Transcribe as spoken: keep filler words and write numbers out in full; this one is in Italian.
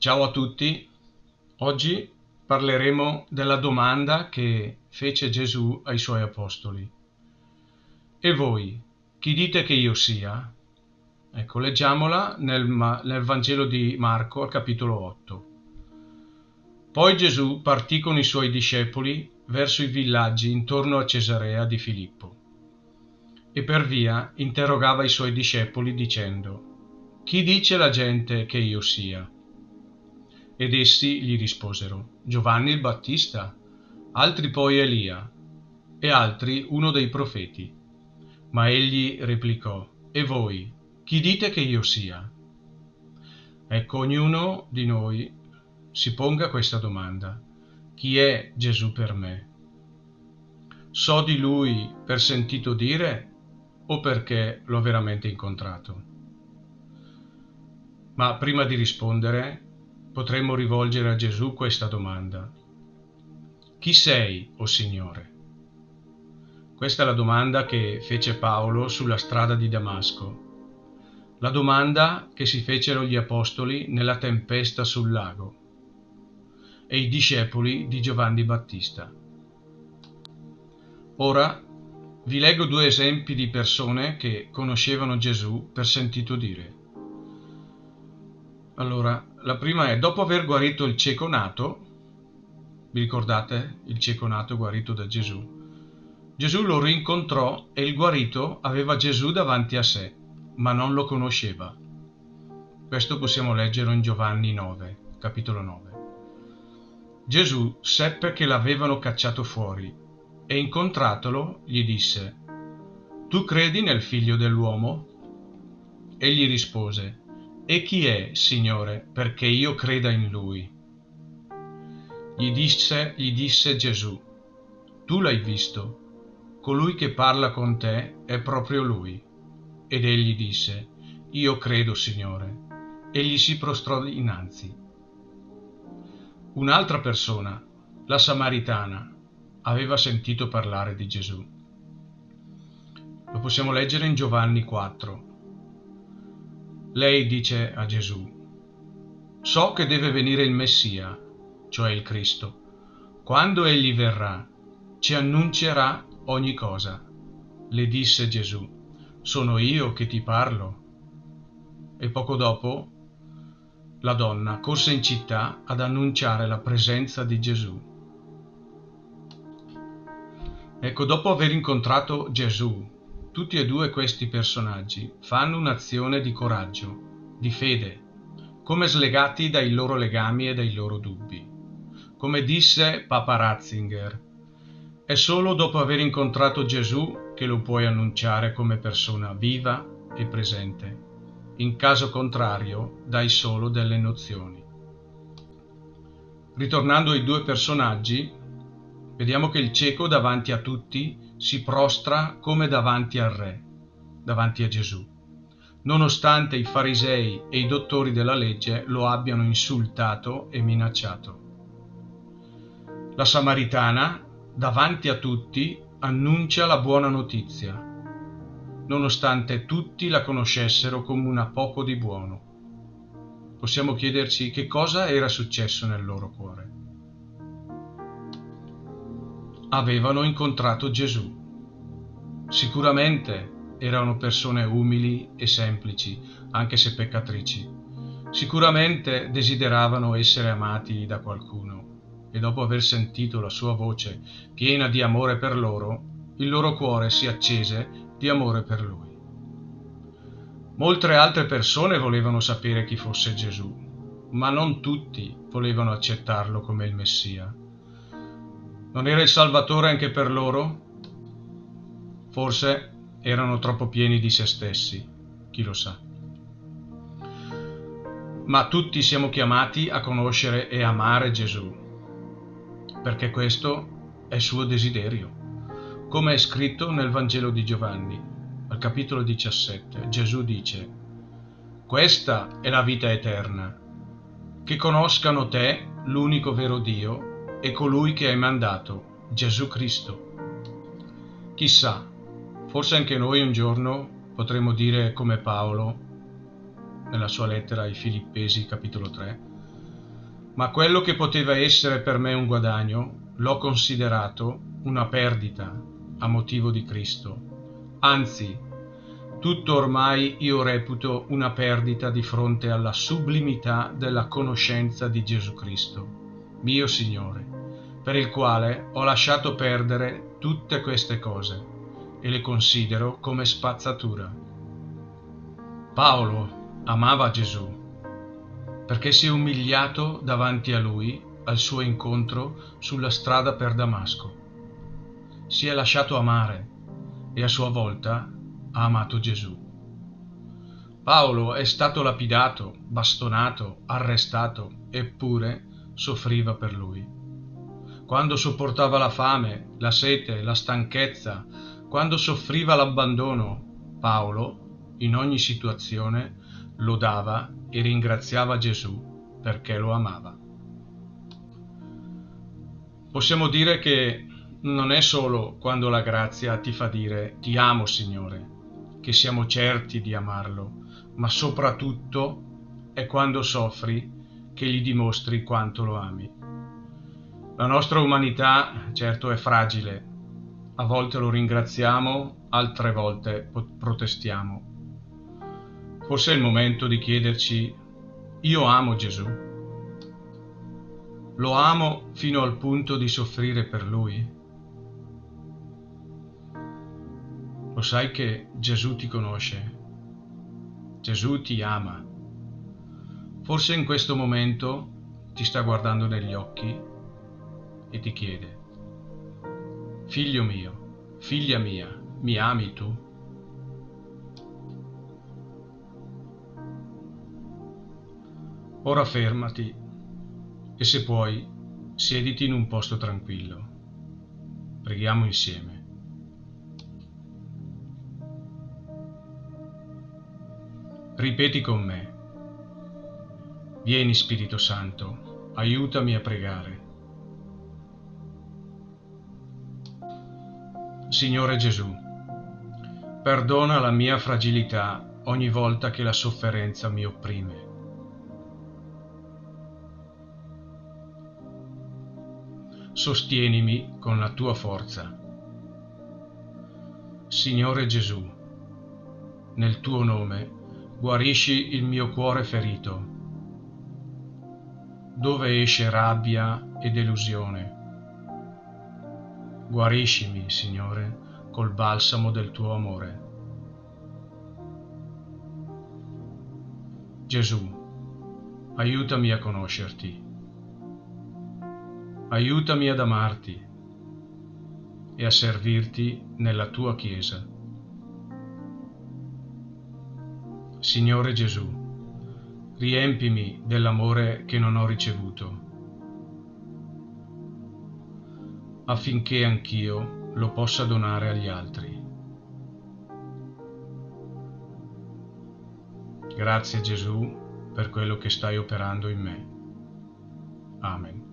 Ciao a tutti, oggi parleremo della domanda che fece Gesù ai suoi apostoli. E voi, chi dite che io sia? Ecco, leggiamola nel, nel Vangelo di Marco al capitolo otto. Poi Gesù partì con i suoi discepoli verso i villaggi intorno a Cesarea di Filippo e per via interrogava i suoi discepoli dicendo: Chi dice la gente che io sia? Ed essi gli risposero: Giovanni il Battista, altri poi Elia, e altri uno dei profeti. Ma egli replicò: E voi, chi dite che io sia? Ecco, ognuno di noi si ponga questa domanda: chi è Gesù per me? So di lui per sentito dire o perché l'ho veramente incontrato? Ma prima di rispondere, potremmo rivolgere a Gesù questa domanda: chi sei, o Signore? Questa è la domanda che fece Paolo sulla strada di Damasco, la domanda che si fecero gli apostoli nella tempesta sul lago e i discepoli di Giovanni Battista. Ora vi leggo due esempi di persone che conoscevano Gesù per sentito dire. Allora, la prima è: dopo aver guarito il cieco nato, vi ricordate il cieco nato guarito da Gesù? Gesù lo rincontrò e il guarito aveva Gesù davanti a sé, ma non lo conosceva. Questo possiamo leggerlo in Giovanni nove, capitolo nove. Gesù seppe che l'avevano cacciato fuori e incontratolo gli disse: Tu credi nel Figlio dell'uomo? Egli rispose: E chi è, Signore, perché io creda in Lui? Gli disse, gli disse Gesù: Tu l'hai visto, colui che parla con te è proprio Lui. Ed egli disse: Io credo, Signore. E gli si prostrò dinanzi. Un'altra persona, la Samaritana, aveva sentito parlare di Gesù. Lo possiamo leggere in Giovanni quattro. Lei dice a Gesù: So che deve venire il Messia, cioè il Cristo. Quando egli verrà, ci annuncerà ogni cosa. Le disse Gesù: Sono io che ti parlo. E poco dopo la donna corse in città ad annunciare la presenza di Gesù. Ecco, dopo aver incontrato Gesù, tutti e due questi personaggi fanno un'azione di coraggio, di fede, come slegati dai loro legami e dai loro dubbi. Come disse Papa Ratzinger: è solo dopo aver incontrato Gesù che lo puoi annunciare come persona viva e presente. In caso contrario, dai solo delle nozioni. Ritornando ai due personaggi, vediamo che il cieco davanti a tutti si prostra come davanti al Re, davanti a Gesù, nonostante i farisei e i dottori della legge lo abbiano insultato e minacciato. La Samaritana, davanti a tutti, annuncia la buona notizia, nonostante tutti la conoscessero come una poco di buono. Possiamo chiederci che cosa era successo nel loro cuore. Avevano incontrato Gesù. Sicuramente erano persone umili e semplici, anche se peccatrici. Sicuramente desideravano essere amati da qualcuno e dopo aver sentito la sua voce piena di amore per loro, il loro cuore si accese di amore per Lui. Molte altre persone volevano sapere chi fosse Gesù, ma non tutti volevano accettarlo come il Messia. Non era il Salvatore anche per loro? Forse erano troppo pieni di se stessi, chi lo sa. Ma tutti siamo chiamati a conoscere e amare Gesù, perché questo è suo desiderio. Come è scritto nel Vangelo di Giovanni, al capitolo diciassette, Gesù dice: Questa è la vita eterna, che conoscano te, l'unico vero Dio, e colui che hai mandato, Gesù Cristo. Chissà, forse anche noi un giorno potremo dire come Paolo nella sua lettera ai Filippesi, capitolo tre: Ma quello che poteva essere per me un guadagno, l'ho considerato una perdita a motivo di Cristo. Anzi, tutto ormai io reputo una perdita di fronte alla sublimità della conoscenza di Gesù Cristo, mio Signore, per il quale ho lasciato perdere tutte queste cose e le considero come spazzatura. Paolo amava Gesù perché si è umiliato davanti a lui al suo incontro sulla strada per Damasco. Si è lasciato amare e a sua volta ha amato Gesù. Paolo è stato lapidato, bastonato, arrestato, eppure soffriva per lui. Quando sopportava la fame, la sete, la stanchezza, quando soffriva l'abbandono, Paolo, in ogni situazione, lodava e ringraziava Gesù perché lo amava. Possiamo dire che non è solo quando la grazia ti fa dire ti amo Signore, che siamo certi di amarlo, ma soprattutto è quando soffri che gli dimostri quanto lo ami. La nostra umanità certo è fragile, a volte lo ringraziamo, altre volte protestiamo. Forse è il momento di chiederci: io amo Gesù? Lo amo fino al punto di soffrire per Lui? Lo sai che Gesù ti conosce? Gesù ti ama. Forse in questo momento ti sta guardando negli occhi e ti chiede: figlio mio, figlia mia, mi ami tu? Ora fermati e, se puoi, siediti in un posto tranquillo. Preghiamo insieme. Ripeti con me: vieni Spirito Santo, aiutami a pregare. Signore Gesù, perdona la mia fragilità ogni volta che la sofferenza mi opprime. Sostienimi con la tua forza. Signore Gesù, nel tuo nome guarisci il mio cuore ferito, dove esce rabbia e delusione. Guariscimi, Signore, col balsamo del tuo amore. Gesù, aiutami a conoscerti. Aiutami ad amarti e a servirti nella tua Chiesa. Signore Gesù, riempimi dell'amore che non ho ricevuto, affinché anch'io lo possa donare agli altri. Grazie Gesù per quello che stai operando in me. Amen.